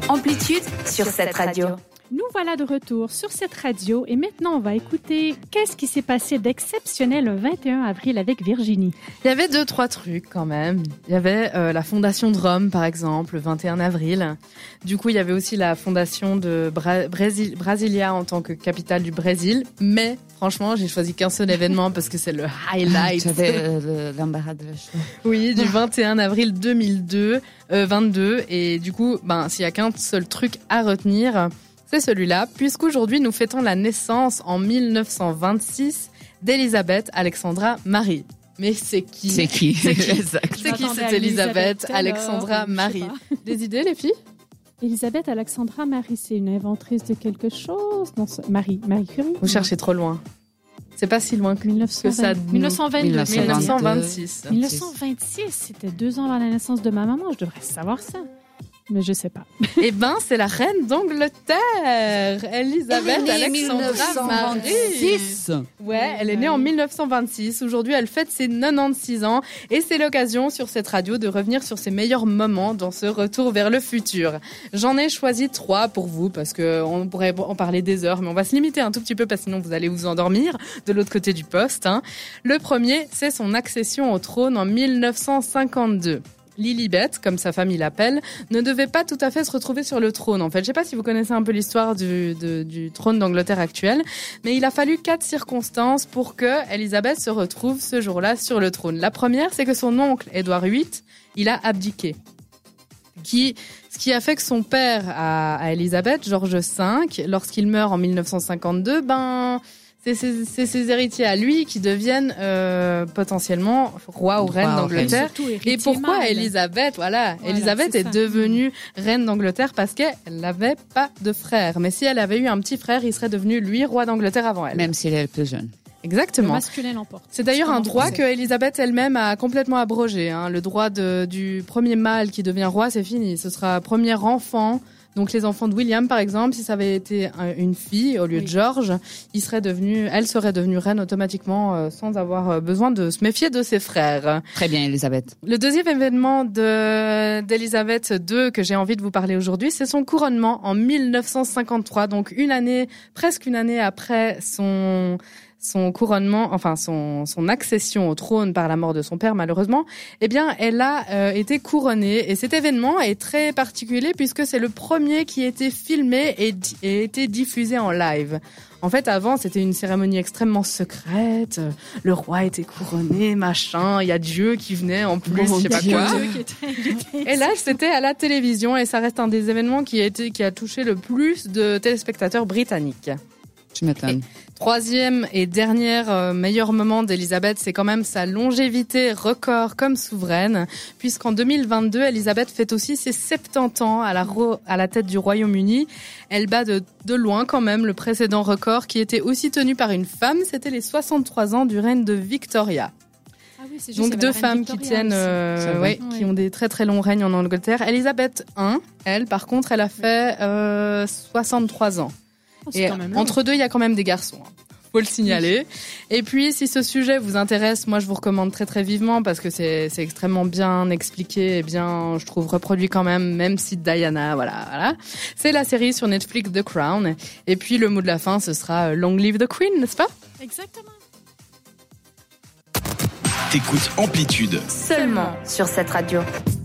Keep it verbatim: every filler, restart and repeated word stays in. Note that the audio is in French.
Amplitude sur cette radio. Nous voilà de retour sur cette radio et maintenant on va écouter qu'est-ce qui s'est passé d'exceptionnel le vingt et un avril avec Virginie. Il y avait deux, trois trucs quand même. Il y avait euh, la fondation de Rome par exemple, le vingt et un avril. Du coup, il y avait aussi la fondation de Bra- Brésil- Brasilia en tant que capitale du Brésil. Mais franchement, j'ai choisi qu'un seul événement parce que c'est le highlight. J'avais euh, l'embarras de la choix. Oui, du vingt et un avril deux mille deux, euh, vingt-deux. Et du coup, ben, s'il y a qu'un seul truc à retenir, c'est celui-là, puisqu'aujourd'hui nous fêtons la naissance en mille neuf cent vingt-six d'Elisabeth Alexandra Marie. Mais c'est qui C'est qui C'est qui, Exact. c'est qui cette Elisabeth Alexandra Marie? Des idées, les filles? Elisabeth Alexandra Marie, c'est une inventrice de quelque chose. Non, c'est Marie, Marie Curie. Vous cherchez trop loin. C'est pas si loin que, mille neuf cent vingt, que ça. mille neuf cent vingt-deux. mille neuf cent vingt-six. mille neuf cent vingt-six, c'était deux ans avant la naissance de ma maman. Je devrais savoir ça. Mais je sais pas. Eh ben, c'est la reine d'Angleterre, Elisabeth Alexandra Marie. Ouais, elle est née en mille neuf cent vingt-six. Aujourd'hui, elle fête ses quatre-vingt-seize ans. Et c'est l'occasion sur cette radio de revenir sur ses meilleurs moments dans ce retour vers le futur. J'en ai choisi trois pour vous parce que on pourrait en parler des heures, mais on va se limiter un tout petit peu parce que sinon vous allez vous endormir de l'autre côté du poste. Hein. Le premier, c'est son accession au trône en mille neuf cent cinquante-deux. Lilibet, comme sa famille l'appelle, ne devait pas tout à fait se retrouver sur le trône. En fait, je sais pas si vous connaissez un peu l'histoire du, de, du trône d'Angleterre actuel, mais il a fallu quatre circonstances pour que Elisabeth se retrouve ce jour-là sur le trône. La première, c'est que son oncle, Édouard huit, il a abdiqué. Qui, ce qui a fait que son père à, à Elisabeth, George cinq, lorsqu'il meurt en mille neuf cent cinquante-deux, ben... C'est ses, c'est ses héritiers à lui qui deviennent euh, potentiellement roi ou reine wow, d'Angleterre. Et pourquoi mâle. Elisabeth Voilà, voilà Elisabeth est, est devenue reine d'Angleterre parce qu'elle n'avait pas de frère. Mais si elle avait eu un petit frère, il serait devenu lui roi d'Angleterre avant elle. Même s'il est plus jeune. Exactement. Le masculin l'emporte. C'est d'ailleurs un droit que Elisabeth elle-même a complètement abrogé. Hein. Le droit de, du premier mâle qui devient roi, c'est fini. Ce sera premier enfant. Donc les enfants de William, par exemple, si ça avait été une fille au lieu oui. de George, il serait devenu, elle serait devenue reine automatiquement euh, sans avoir besoin de se méfier de ses frères. Très bien, Elisabeth. Le deuxième événement de d'Elisabeth deux que j'ai envie de vous parler aujourd'hui, c'est son couronnement en mille neuf cent cinquante-trois, donc une année, presque une année après son son couronnement, enfin son son accession au trône par la mort de son père malheureusement, eh bien elle a euh, été couronnée et cet événement est très particulier puisque c'est le premier qui a été filmé et, di- et été diffusé en live. En fait, avant, c'était une cérémonie extrêmement secrète. Le roi était couronné, machin. Il y a Dieu qui venait en plus, bon, je sais pas Dieu. quoi. Dieu qui était... Et là, c'était à la télévision et ça reste un des événements qui a été, qui a touché le plus de téléspectateurs britanniques. Tu m'étonnes. Troisième et dernier euh, meilleur moment d'Elisabeth, c'est quand même sa longévité record comme souveraine, puisqu'en deux mille vingt-deux, Elisabeth fête aussi ses soixante-dix ans à la, ro- à la tête du Royaume-Uni. Elle bat de, de loin quand même le précédent record qui était aussi tenu par une femme, c'était les soixante-trois ans du règne de Victoria. Ah oui, c'est juste, Donc deux femmes qui tiennent, euh, ouais, qui ont des très très longs règnes en Angleterre. Elisabeth I, elle, par contre, elle a fait euh, soixante-trois ans. Oh, et entre deux, il y a quand même des garçons. Hein. Faut le signaler. Et puis, si ce sujet vous intéresse, moi, je vous recommande très très vivement parce que c'est c'est extrêmement bien expliqué et bien, je trouve, reproduit quand même, même si Diana, voilà, voilà. C'est la série sur Netflix The Crown. Et puis, le mot de la fin, ce sera Long Live the Queen, n'est-ce pas? Exactement. T'écoutes Amplitude. Seulement sur cette radio.